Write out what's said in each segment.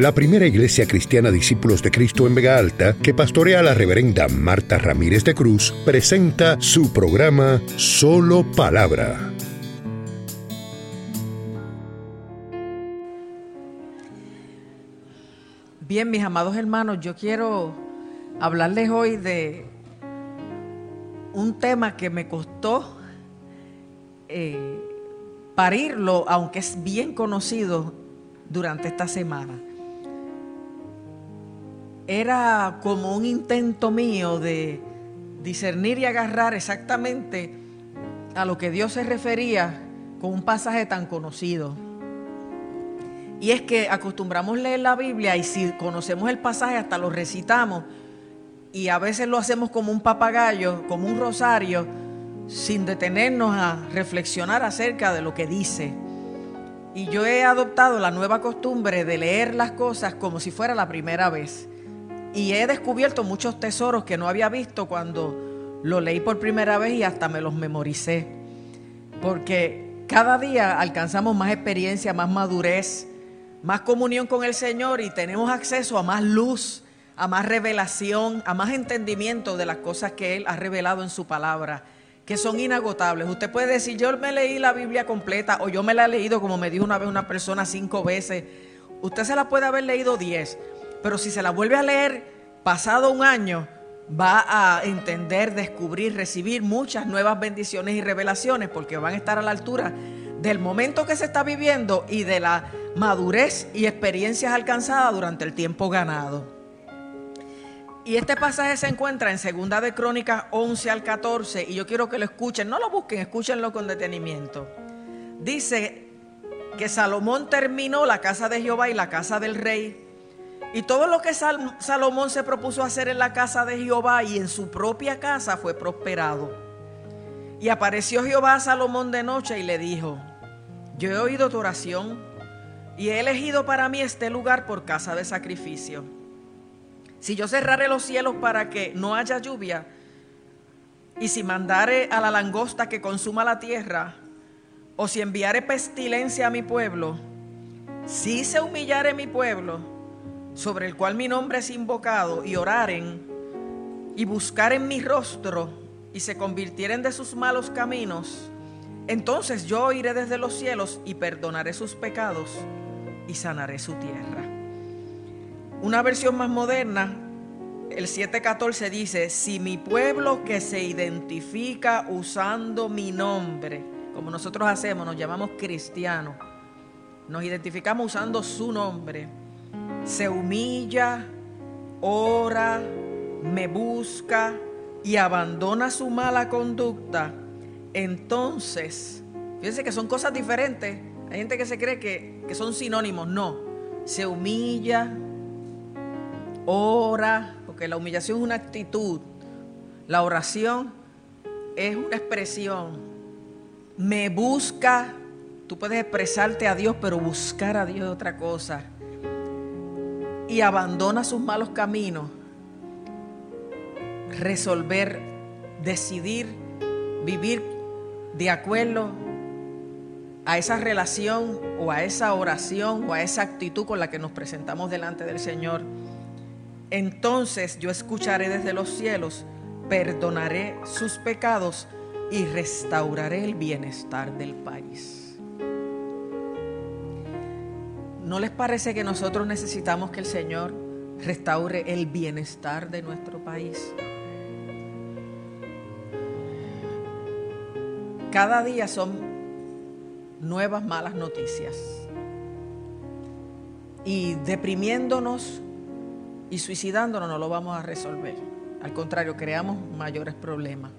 la primera iglesia cristiana Discípulos de Cristo en Vega Alta, que pastorea la reverenda Marta Ramírez de Cruz, presenta su programa Solo Palabra. Bien, mis amados hermanos, yo quiero hablarles hoy de un tema que me costó parirlo, aunque es bien conocido durante esta semana. Era como un intento mío de discernir y agarrar exactamente a lo que Dios se refería con un pasaje tan conocido. Y es que acostumbramos leer la Biblia y si conocemos el pasaje hasta lo recitamos y a veces lo hacemos como un papagayo, como un rosario, sin detenernos a reflexionar acerca de lo que dice. Y yo he adoptado la nueva costumbre de leer las cosas como si fuera la primera vez. Y he descubierto muchos tesoros que no había visto cuando lo leí por primera vez y hasta me los memoricé. Porque cada día alcanzamos más experiencia, más madurez, más comunión con el Señor y tenemos acceso a más luz, a más revelación, a más entendimiento de las cosas que Él ha revelado en su palabra, que son inagotables. Usted puede decir, yo me leí la Biblia completa o yo me la he leído, como me dijo una vez una persona, 5 veces. Usted se la puede haber leído 10, pero si se la vuelve a leer pasado un año, va a entender, descubrir, recibir muchas nuevas bendiciones y revelaciones porque van a estar a la altura del momento que se está viviendo y de la madurez y experiencias alcanzadas durante el tiempo ganado. Y este pasaje se encuentra en 2 de Crónicas 11 al 14 y yo quiero que lo escuchen, no lo busquen, escúchenlo con detenimiento. Dice que Salomón terminó la casa de Jehová y la casa del rey y todo lo que Salomón se propuso hacer en la casa de Jehová y en su propia casa fue prosperado. Y apareció Jehová a Salomón de noche y le dijo: yo he oído tu oración y he elegido para mí este lugar por casa de sacrificio. Si yo cerrare los cielos para que no haya lluvia, y si mandare a la langosta que consuma la tierra, o si enviare pestilencia a mi pueblo, si se humillare mi pueblo, sobre el cual mi nombre es invocado, y oraren, y buscaren mi rostro, y se convirtieren de sus malos caminos, entonces yo oiré desde los cielos, y perdonaré sus pecados, y sanaré su tierra. Una versión más moderna, el 7:14 dice: si mi pueblo que se identifica usando mi nombre, como nosotros hacemos, nos llamamos cristianos, nos identificamos usando su nombre, se humilla, ora, me busca y abandona su mala conducta, entonces, fíjense que son cosas diferentes. Hay gente que se cree que son sinónimos. No, se humilla, ora, porque la humillación es una actitud, la oración es una expresión. Me busca, tú puedes expresarte a Dios, pero buscar a Dios es otra cosa. Y abandona sus malos caminos, resolver, decidir, vivir de acuerdo a esa relación o a esa oración o a esa actitud con la que nos presentamos delante del Señor. Entonces yo escucharé desde los cielos, perdonaré sus pecados y restauraré el bienestar del país. ¿No les parece que nosotros necesitamos que el Señor restaure el bienestar de nuestro país? Cada día son nuevas malas noticias. Y deprimiéndonos y suicidándonos no lo vamos a resolver. Al contrario, creamos mayores problemas.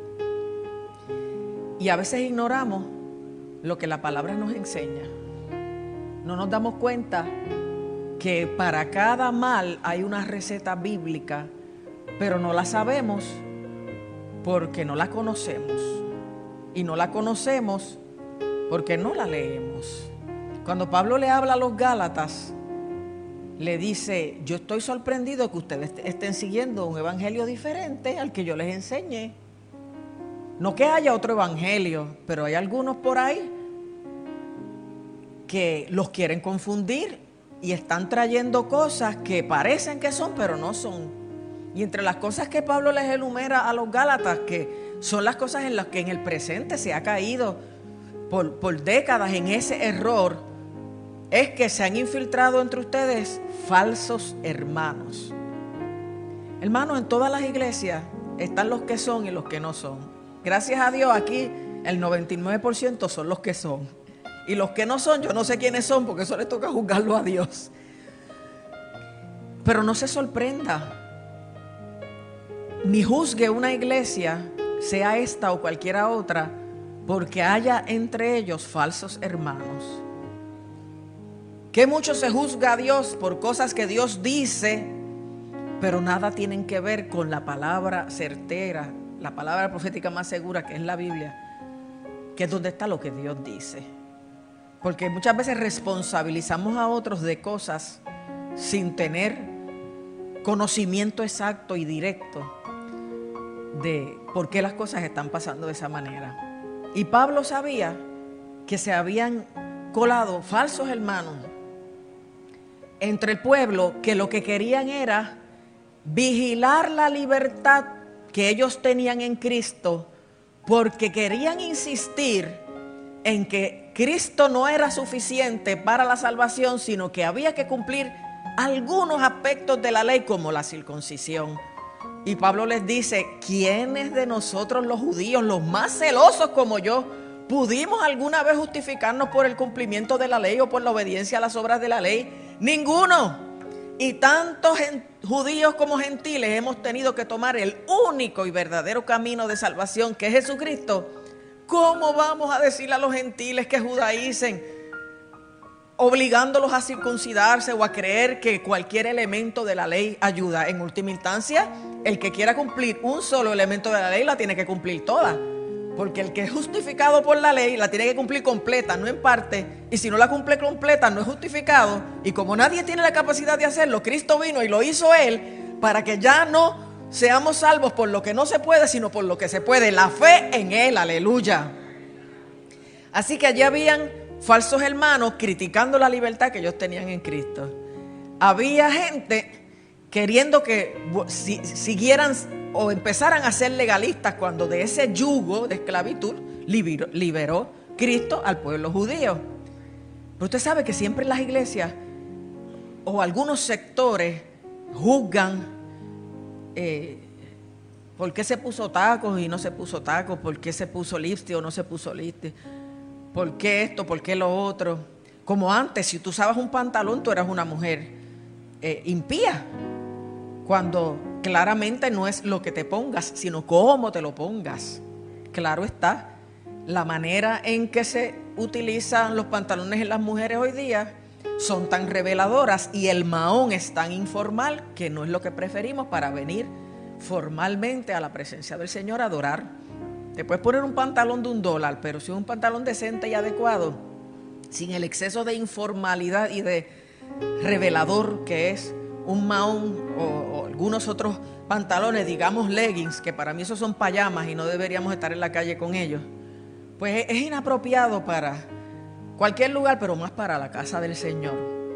Y a veces ignoramos lo que la palabra nos enseña. No nos damos cuenta que para cada mal hay una receta bíblica, pero no la sabemos porque no la conocemos. Y no la conocemos porque no la leemos. Cuando Pablo le habla a los Gálatas, le dice: yo estoy sorprendido que ustedes estén siguiendo un evangelio diferente al que yo les enseñé. No que haya otro evangelio, pero hay algunos por ahí que los quieren confundir y están trayendo cosas que parecen que son, pero no son. Y entre las cosas que Pablo les enumera a los Gálatas, que son las cosas en las que en el presente se ha caído por décadas en ese error, es que se han infiltrado entre ustedes falsos hermanos. Hermanos, en todas las iglesias están los que son y los que no son. Gracias a Dios, aquí el 99% son los que son. Y los que no son, yo no sé quiénes son, porque eso le toca juzgarlo a Dios. Pero no se sorprenda, ni juzgue una iglesia, sea esta o cualquiera otra, porque haya entre ellos falsos hermanos. Que mucho se juzga a Dios por cosas que Dios dice, pero nada tienen que ver con la palabra certera, la palabra profética más segura, que es la Biblia, que es donde está lo que Dios dice. Porque muchas veces responsabilizamos a otros de cosas sin tener conocimiento exacto y directo de por qué las cosas están pasando de esa manera. Y Pablo sabía que se habían colado falsos hermanos entre el pueblo, que lo que querían era vigilar la libertad que ellos tenían en Cristo, porque querían insistir en que Cristo no era suficiente para la salvación, sino que había que cumplir algunos aspectos de la ley, como la circuncisión. Y Pablo les dice: ¿quiénes de nosotros los judíos, los más celosos como yo, pudimos alguna vez justificarnos por el cumplimiento de la ley o por la obediencia a las obras de la ley? Ninguno. Y tantos judíos como gentiles hemos tenido que tomar el único y verdadero camino de salvación, que es Jesucristo. ¿Cómo vamos a decirle a los gentiles que judaicen, obligándolos a circuncidarse o a creer que cualquier elemento de la ley ayuda? En última instancia, el que quiera cumplir un solo elemento de la ley la tiene que cumplir toda, porque el que es justificado por la ley la tiene que cumplir completa, no en parte, y si no la cumple completa no es justificado. Y como nadie tiene la capacidad de hacerlo, Cristo vino y lo hizo Él, para que ya no seamos salvos por lo que no se puede, sino por lo que se puede, la fe en Él, aleluya. Así que allí habían falsos hermanos criticando la libertad que ellos tenían en Cristo. Había gente queriendo que siguieran o empezaran a ser legalistas, cuando de ese yugo de esclavitud liberó Cristo al pueblo judío. Pero usted sabe que siempre en las iglesias o algunos sectores juzgan por qué se puso tacos y no se puso tacos, por qué se puso lipstick o no se puso lipstick, por qué esto, por qué lo otro. Como antes, si tú usabas un pantalón, tú eras una mujer impía, cuando claramente no es lo que te pongas, sino cómo te lo pongas. Claro está, la manera en que se utilizan los pantalones en las mujeres hoy día son tan reveladoras, y el mahón es tan informal, que no es lo que preferimos para venir formalmente a la presencia del Señor a adorar. Te puedes poner un pantalón de $1, pero si es un pantalón decente y adecuado, sin el exceso de informalidad y de revelador que es un mahón o algunos otros pantalones, digamos leggings, que para mí esos son payamas y no deberíamos estar en la calle con ellos, pues es inapropiado para cualquier lugar, pero más para la casa del Señor.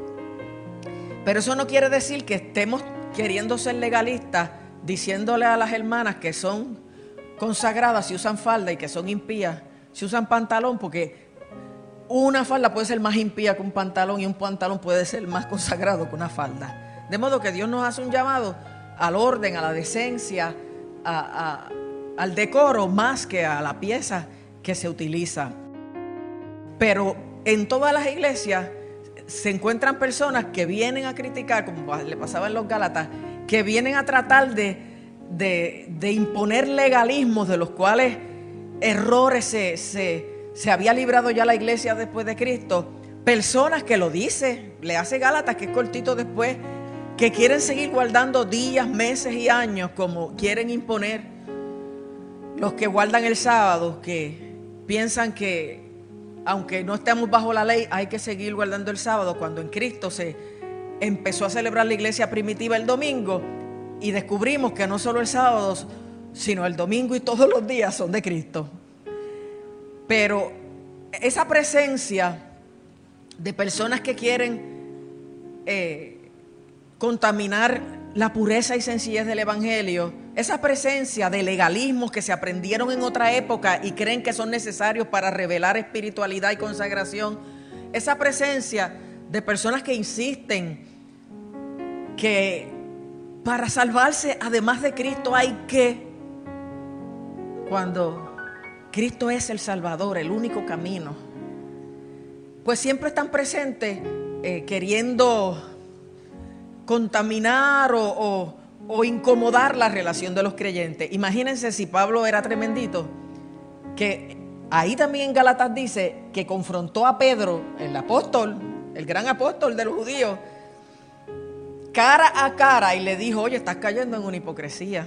Pero eso no quiere decir que estemos queriendo ser legalistas, diciéndole a las hermanas que son consagradas si usan falda y que son impías si usan pantalón, porque una falda puede ser más impía que un pantalón y un pantalón puede ser más consagrado que una falda. De modo que Dios nos hace un llamado al orden, a la decencia, al decoro, más que a la pieza que se utiliza. Pero en todas las iglesias se encuentran personas que vienen a criticar, como le pasaba en los Gálatas, que vienen a tratar de imponer legalismos de los cuales errores se había librado ya la iglesia después de Cristo. Personas que lo dicen, le hace Gálatas, que es cortito después, que quieren seguir guardando días, meses y años como quieren imponer los que guardan el sábado, que piensan que aunque no estemos bajo la ley hay que seguir guardando el sábado, cuando en Cristo se empezó a celebrar la iglesia primitiva el domingo, y descubrimos que no solo el sábado, sino el domingo y todos los días son de Cristo. Pero esa presencia de personas que quieren contaminar la pureza y sencillez del Evangelio, esa presencia de legalismos que se aprendieron en otra época y creen que son necesarios para revelar espiritualidad y consagración, esa presencia de personas que insisten que para salvarse, además de Cristo, hay que, cuando Cristo es el Salvador, el único camino, pues siempre están presentes queriendo contaminar o incomodar la relación de los creyentes. Imagínense si Pablo era tremendito, que ahí también en Gálatas dice que confrontó a Pedro, el apóstol, el gran apóstol de los judíos, cara a cara, y le dijo: oye, estás cayendo en una hipocresía.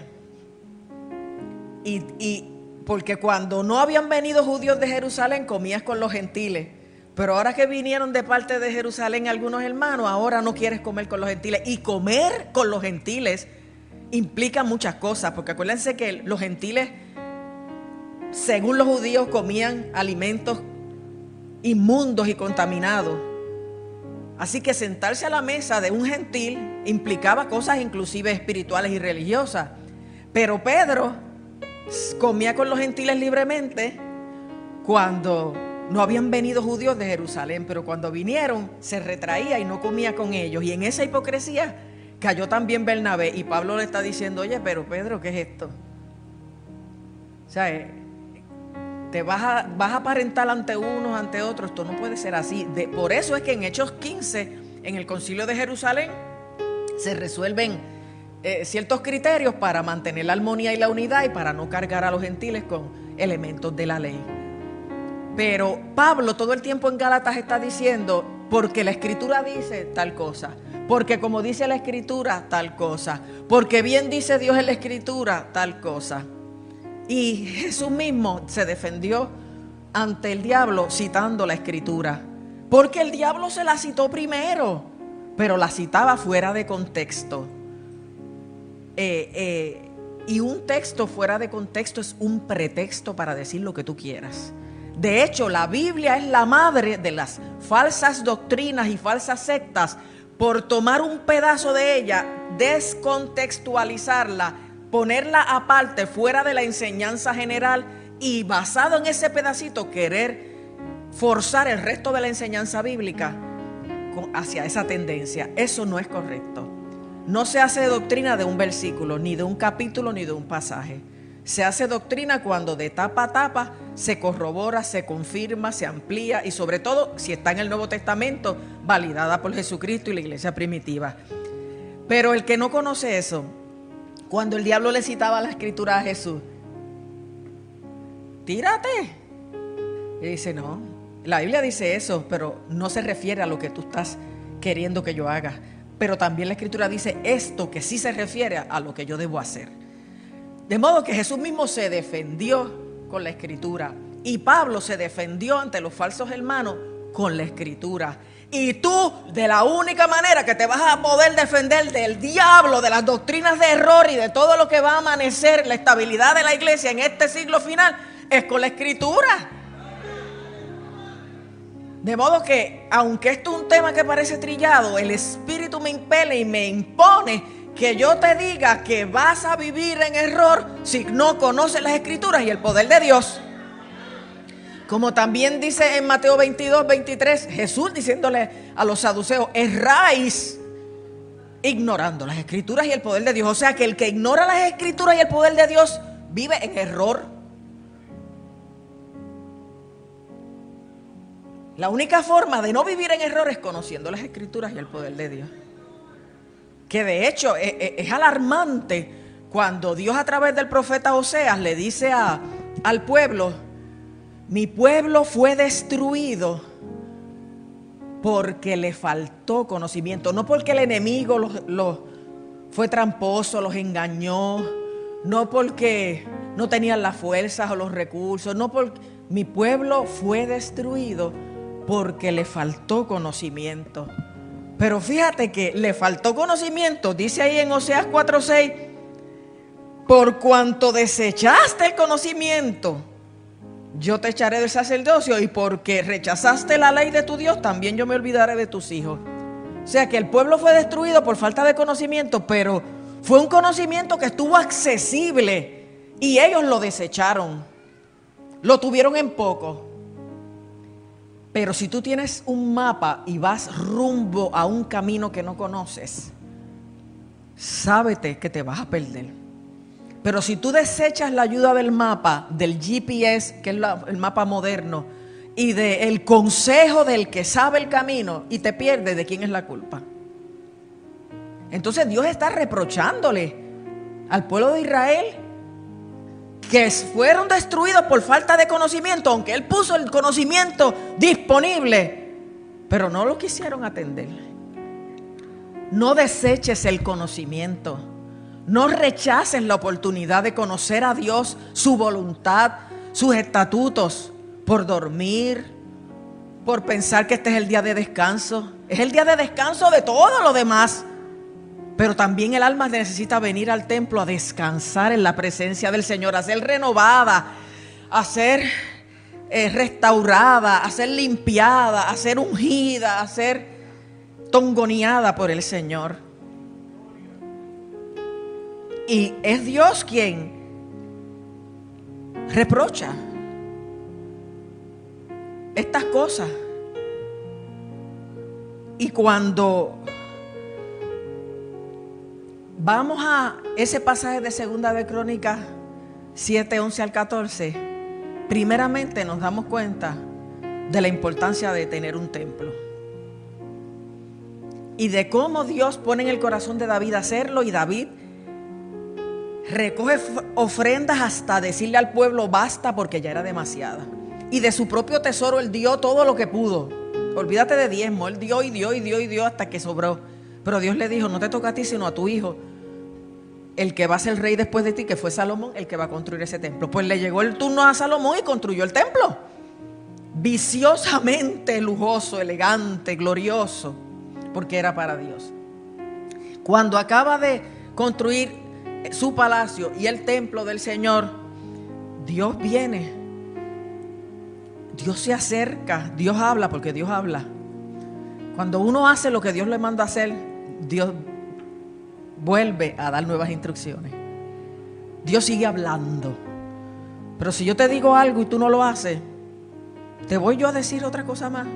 Y porque cuando no habían venido judíos de Jerusalén, comías con los gentiles. Pero ahora que vinieron de parte de Jerusalén algunos hermanos, ahora no quieres comer con los gentiles. Y comer con los gentiles implica muchas cosas, porque acuérdense que los gentiles, según los judíos, comían alimentos inmundos y contaminados. Así que sentarse a la mesa de un gentil implicaba cosas inclusive espirituales y religiosas. Pero Pedro comía con los gentiles libremente cuando no habían venido judíos de Jerusalén, pero cuando vinieron se retraía y no comía con ellos. Y en esa hipocresía cayó también Bernabé. Y Pablo le está diciendo: oye, pero Pedro, ¿qué es esto? O sea, te vas a aparentar ante unos, ante otros. Esto no puede ser así. Por eso es que en Hechos 15, en el concilio de Jerusalén, se resuelven ciertos criterios para mantener la armonía y la unidad y para no cargar a los gentiles con elementos de la ley. Pero Pablo todo el tiempo en Gálatas está diciendo: porque la Escritura dice tal cosa, porque como dice la Escritura tal cosa, porque bien dice Dios en la Escritura tal cosa. Y Jesús mismo se defendió ante el diablo citando la Escritura, porque el diablo se la citó primero, pero la citaba fuera de contexto. Y un texto fuera de contexto es un pretexto para decir lo que tú quieras. De hecho, la Biblia es la madre de las falsas doctrinas y falsas sectas por tomar un pedazo de ella, descontextualizarla, ponerla aparte, fuera de la enseñanza general, y basado en ese pedacito querer forzar el resto de la enseñanza bíblica hacia esa tendencia. Eso no es correcto. No se hace doctrina de un versículo, ni de un capítulo, ni de un pasaje. Se hace doctrina cuando de tapa a tapa se corrobora, se confirma, se amplía y sobre todo, si está en el Nuevo Testamento, validada por Jesucristo y la iglesia primitiva. Pero el que no conoce eso, cuando el diablo le citaba la Escritura a Jesús, tírate. Y dice: no, la Biblia dice eso, pero no se refiere a lo que tú estás queriendo que yo haga. Pero también la Escritura dice esto, que sí se refiere a lo que yo debo hacer. De modo que Jesús mismo se defendió con la Escritura. Y Pablo se defendió ante los falsos hermanos con la Escritura. Y tú, de la única manera que te vas a poder defender del diablo, de las doctrinas de error y de todo lo que va a amanecer la estabilidad de la iglesia en este siglo final, es con la Escritura. De modo que, aunque esto es un tema que parece trillado, el Espíritu me impele y me impone que yo te diga que vas a vivir en error si no conoces las Escrituras y el poder de Dios. Como también dice en Mateo 22, 23, Jesús diciéndole a los saduceos: erráis ignorando las Escrituras y el poder de Dios. O sea que el que ignora las Escrituras y el poder de Dios vive en error. La única forma de no vivir en error es conociendo las Escrituras y el poder de Dios. Que de hecho es alarmante cuando Dios a través del profeta Oseas le dice al pueblo: mi pueblo fue destruido porque le faltó conocimiento. No porque el enemigo fue tramposo, los engañó, no porque no tenían las fuerzas o los recursos, no porque mi pueblo fue destruido porque le faltó conocimiento. Pero fíjate que le faltó conocimiento, dice ahí en Oseas 4:6, por cuanto desechaste el conocimiento, yo te echaré del sacerdocio, y porque rechazaste la ley de tu Dios, también yo me olvidaré de tus hijos. O O sea que el pueblo fue destruido por falta de conocimiento, pero fue un conocimiento que estuvo accesible y ellos lo desecharon, lo tuvieron en poco. Pero si tú tienes un mapa y vas rumbo a un camino que no conoces, sábete que te vas a perder. Pero si tú desechas la ayuda del mapa, del GPS, que es el mapa moderno, y del consejo del que sabe el camino, y te pierdes, ¿de quién es la culpa? Entonces Dios está reprochándole al pueblo de Israel que fueron destruidos por falta de conocimiento, aunque Él puso el conocimiento disponible, pero no lo quisieron atender. No deseches el conocimiento, no rechaces la oportunidad de conocer a Dios, su voluntad, sus estatutos, por dormir, por pensar que este es el día de descanso. Es el día de descanso de todo lo demás. Pero también el alma necesita venir al templo a descansar en la presencia del Señor, a ser renovada, a ser restaurada, a ser limpiada, a ser ungida, a ser tongoneada por el Señor. Y es Dios quien reprocha estas cosas. Y cuando vamos a ese pasaje de Segunda de Crónicas 7, 11 al 14, primeramente nos damos cuenta de la importancia de tener un templo y de cómo Dios pone en el corazón de David hacerlo, y David recoge ofrendas hasta decirle al pueblo basta, porque ya era demasiada, y de su propio tesoro él dio todo lo que pudo. Olvídate de diezmo, él dio y dio y dio y dio hasta que sobró. Pero Dios le dijo, no te toca a ti sino a tu hijo, el que va a ser rey después de ti, que fue Salomón, el que va a construir ese templo. Pues le llegó el turno a Salomón y construyó el templo, viciosamente lujoso, elegante, glorioso, porque era para Dios. Cuando acaba de construir su palacio y el templo del Señor, Dios viene, Dios se acerca, Dios habla, porque Dios habla. Cuando uno hace lo que Dios le manda a hacer, Dios vuelve a dar nuevas instrucciones. Dios sigue hablando. Pero si yo te digo algo y tú no lo haces, ¿te voy yo a decir otra cosa más?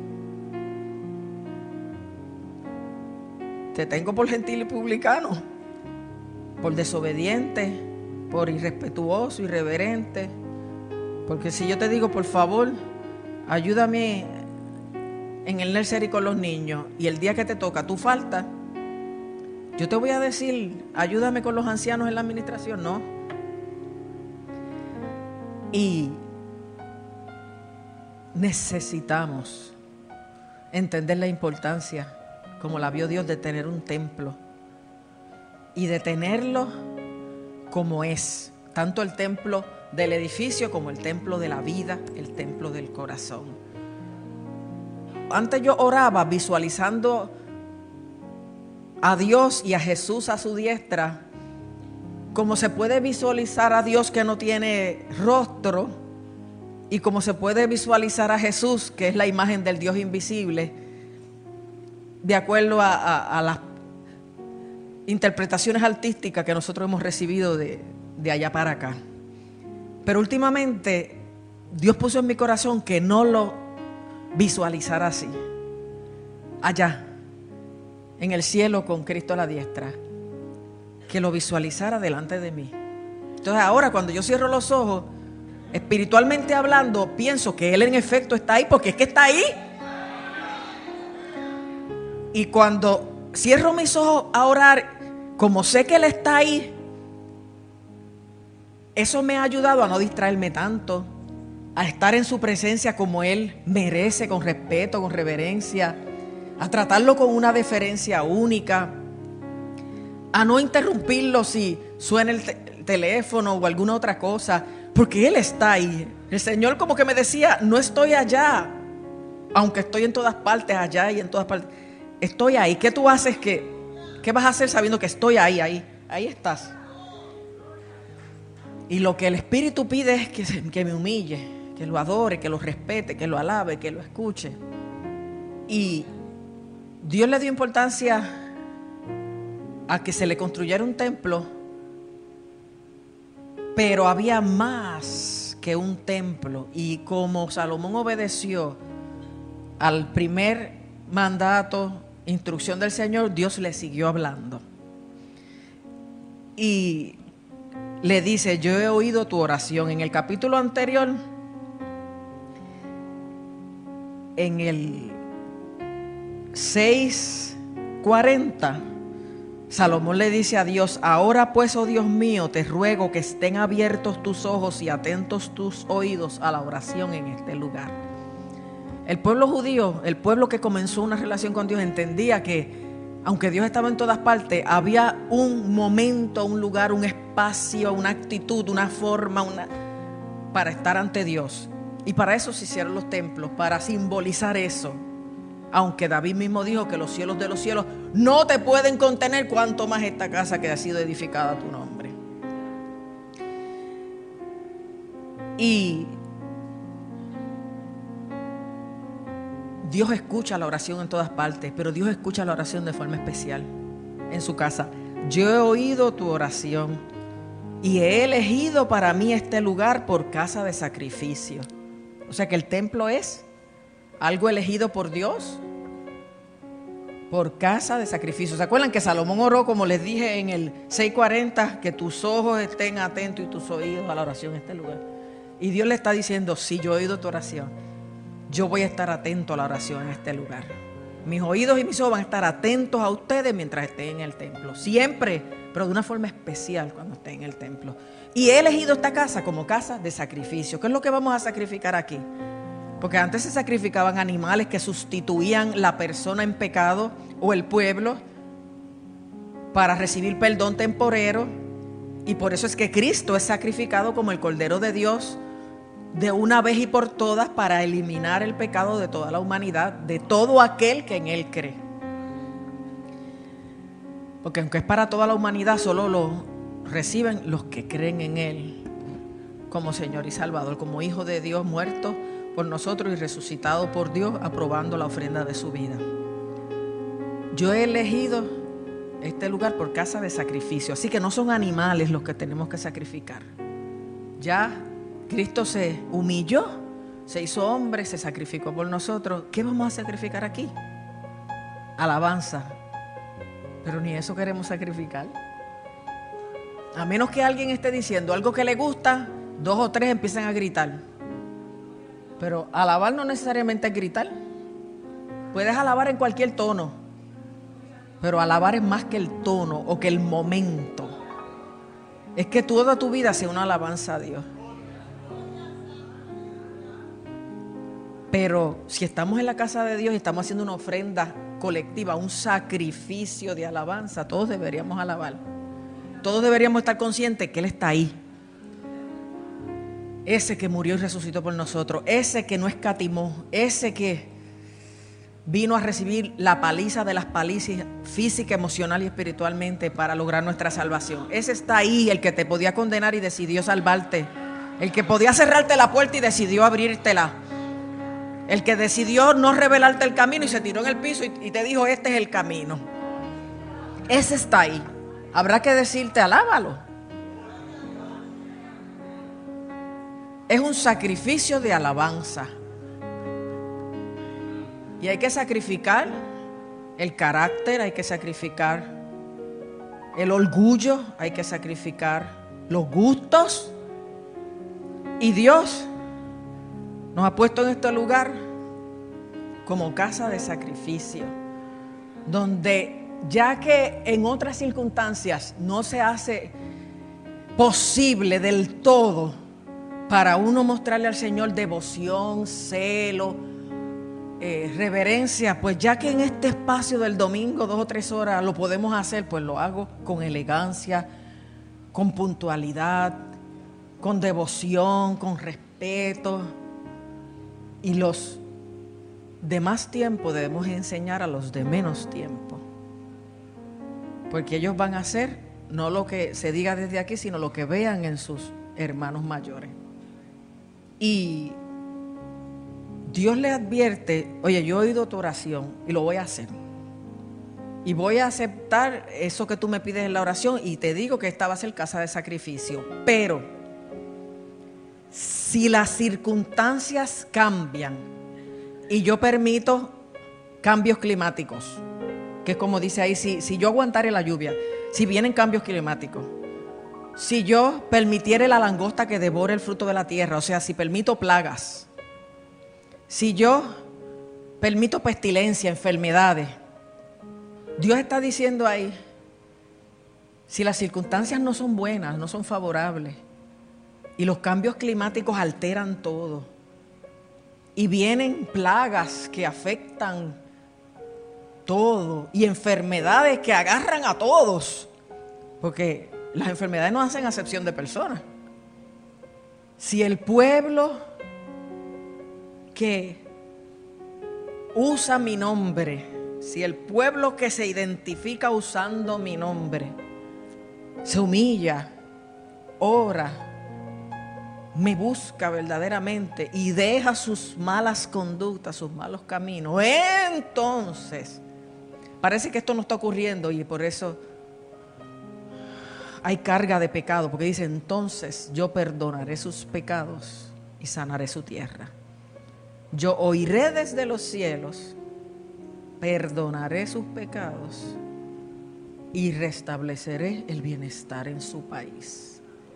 Te tengo por gentil y publicano, por desobediente, por irrespetuoso, irreverente. Porque si yo te digo, por favor, ayúdame en el nursery con los niños, y el día que te toca tú faltas, yo te voy a decir, ayúdame con los ancianos en la administración, no. Y necesitamos entender la importancia, como la vio Dios, de tener un templo y de tenerlo como es, tanto el templo del edificio como el templo de la vida, el templo del corazón. Antes yo oraba visualizando a Dios y a Jesús a su diestra, como se puede visualizar a Dios que no tiene rostro, y como se puede visualizar a Jesús, que es la imagen del Dios invisible, de acuerdo a las interpretaciones artísticas que nosotros hemos recibido de allá para acá. Pero últimamente Dios puso en mi corazón que no lo visualizara así, allá en el cielo con Cristo a la diestra, que lo visualizara delante de mí. Entonces ahora cuando yo cierro los ojos, espiritualmente hablando, pienso que Él en efecto está ahí, porque es que está ahí. Y cuando cierro mis ojos a orar, como sé que Él está ahí, eso me ha ayudado a no distraerme tanto, a estar en su presencia como Él merece, con respeto, con reverencia, a tratarlo con una deferencia única, a no interrumpirlo si suena el teléfono o alguna otra cosa, porque Él está ahí. El Señor como que me decía, no estoy allá, aunque estoy en todas partes, allá y en todas partes, estoy ahí. ¿Qué tú haces? ¿Qué vas a hacer sabiendo que estoy ahí estás? Y lo que el Espíritu pide es que me humille, que lo adore, que lo respete, que lo alabe, que lo escuche. Y Dios le dio importancia a que se le construyera un templo, pero había más que un templo. Y como Salomón obedeció al primer mandato, instrucción del Señor, Dios le siguió hablando. Y le dice: yo he oído tu oración. En el capítulo anterior, en el 6:40, Salomón le dice a Dios: ahora pues, oh Dios mío, te ruego que estén abiertos tus ojos y atentos tus oídos a la oración en este lugar. El pueblo judío, el pueblo que comenzó una relación con Dios, entendía que aunque Dios estaba en todas partes, había un momento, un lugar, un espacio, una actitud, una forma para estar ante Dios. Y para eso se hicieron los templos, para simbolizar eso. Aunque David mismo dijo que los cielos de los cielos no te pueden contener, cuanto más esta casa que ha sido edificada a tu nombre. Y Dios escucha la oración en todas partes, pero Dios escucha la oración de forma especial en su casa. Yo he oído tu oración y he elegido para mí este lugar por casa de sacrificio. O sea que el templo es algo elegido por Dios por casa de sacrificio. ¿Se acuerdan que Salomón oró, como les dije en el 6:40, que tus ojos estén atentos y tus oídos a la oración en este lugar? Y Dios le está diciendo: sí, yo he oído tu oración. Yo voy a estar atento a la oración en este lugar. Mis oídos y mis ojos van a estar atentos a ustedes mientras estén en el templo. Siempre, pero de una forma especial cuando estén en el templo. Y he elegido esta casa como casa de sacrificio. ¿Qué es lo que vamos a sacrificar aquí? Porque antes se sacrificaban animales que sustituían la persona en pecado o el pueblo para recibir perdón temporero. Y por eso es que Cristo es sacrificado como el Cordero de Dios de una vez y por todas para eliminar el pecado de toda la humanidad, de todo aquel que en Él cree. Porque aunque es para toda la humanidad, solo lo reciben los que creen en Él como Señor y Salvador, como Hijo de Dios muerto por nosotros y resucitado por Dios, aprobando la ofrenda de su vida. Yo he elegido este lugar por casa de sacrificio, así que no son animales los que tenemos que sacrificar. Ya Cristo se humilló, se hizo hombre, se sacrificó por nosotros. ¿Qué vamos a sacrificar aquí? Alabanza. Pero ni eso queremos sacrificar. A menos que alguien esté diciendo algo que le gusta, 2 o 3 empiezan a gritar. Pero alabar no necesariamente es gritar. Puedes alabar en cualquier tono, pero alabar es más que el tono o que el momento. Es que toda tu vida sea una alabanza a Dios. Pero si estamos en la casa de Dios y estamos haciendo una ofrenda colectiva, un sacrificio de alabanza, todos deberíamos alabar. Todos deberíamos estar conscientes que Él está ahí. Ese que murió y resucitó por nosotros, ese que no escatimó, ese que vino a recibir la paliza de las palizas física, emocional y espiritualmente para lograr nuestra salvación. Ese está ahí, el que te podía condenar y decidió salvarte. El que podía cerrarte la puerta y decidió abrírtela. El que decidió no revelarte el camino y se tiró en el piso y te dijo: este es el camino. Ese está ahí. Habrá que decirte: alábalo. Es un sacrificio de alabanza. Y hay que sacrificar el carácter, hay que sacrificar el orgullo, hay que sacrificar los gustos. Y Dios nos ha puesto en este lugar como casa de sacrificio, donde ya que en otras circunstancias no se hace posible del todo para uno mostrarle al Señor devoción, celo, reverencia, pues ya que en este espacio del domingo 2 o 3 horas lo podemos hacer, pues lo hago con elegancia, con puntualidad, con devoción, con respeto. Y los de más tiempo debemos enseñar a los de menos tiempo, porque ellos van a hacer no lo que se diga desde aquí, sino lo que vean en sus hermanos mayores. Y Dios le advierte: oye, yo he oído tu oración y lo voy a hacer. y voy a aceptar eso que tú me pides en la oración y te digo que esta va a ser casa de sacrificio. Pero si las circunstancias cambian y yo permito cambios climáticos, que es como dice ahí, si yo aguantare la lluvia, si vienen cambios climáticos, si yo permitiere la langosta que devore el fruto de la tierra, o sea, si permito plagas, si yo permito pestilencia, enfermedades, Dios está diciendo ahí, si las circunstancias no son buenas, no son favorables, y los cambios climáticos alteran todo, y vienen plagas que afectan todo, y enfermedades que agarran a todos, porque las enfermedades no hacen acepción de personas. Si el pueblo que usa mi nombre, si el pueblo que se identifica usando mi nombre se humilla, ora, me busca verdaderamente y deja sus malas conductas, sus malos caminos, entonces parece que esto no está ocurriendo y por eso hay carga de pecado, porque dice, entonces yo perdonaré sus pecados y sanaré su tierra. Yo oiré desde los cielos, perdonaré sus pecados y restableceré el bienestar en su país.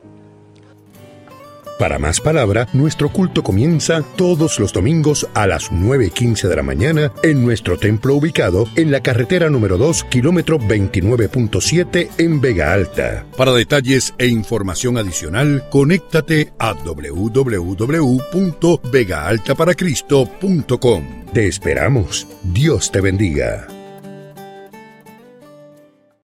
Para más palabra, nuestro culto comienza todos los domingos a las 9:15 de la mañana en nuestro templo ubicado en la carretera número 2, kilómetro 29.7 en Vega Alta. Para detalles e información adicional, conéctate a www.vegaaltaparacristo.com. Te esperamos. Dios te bendiga.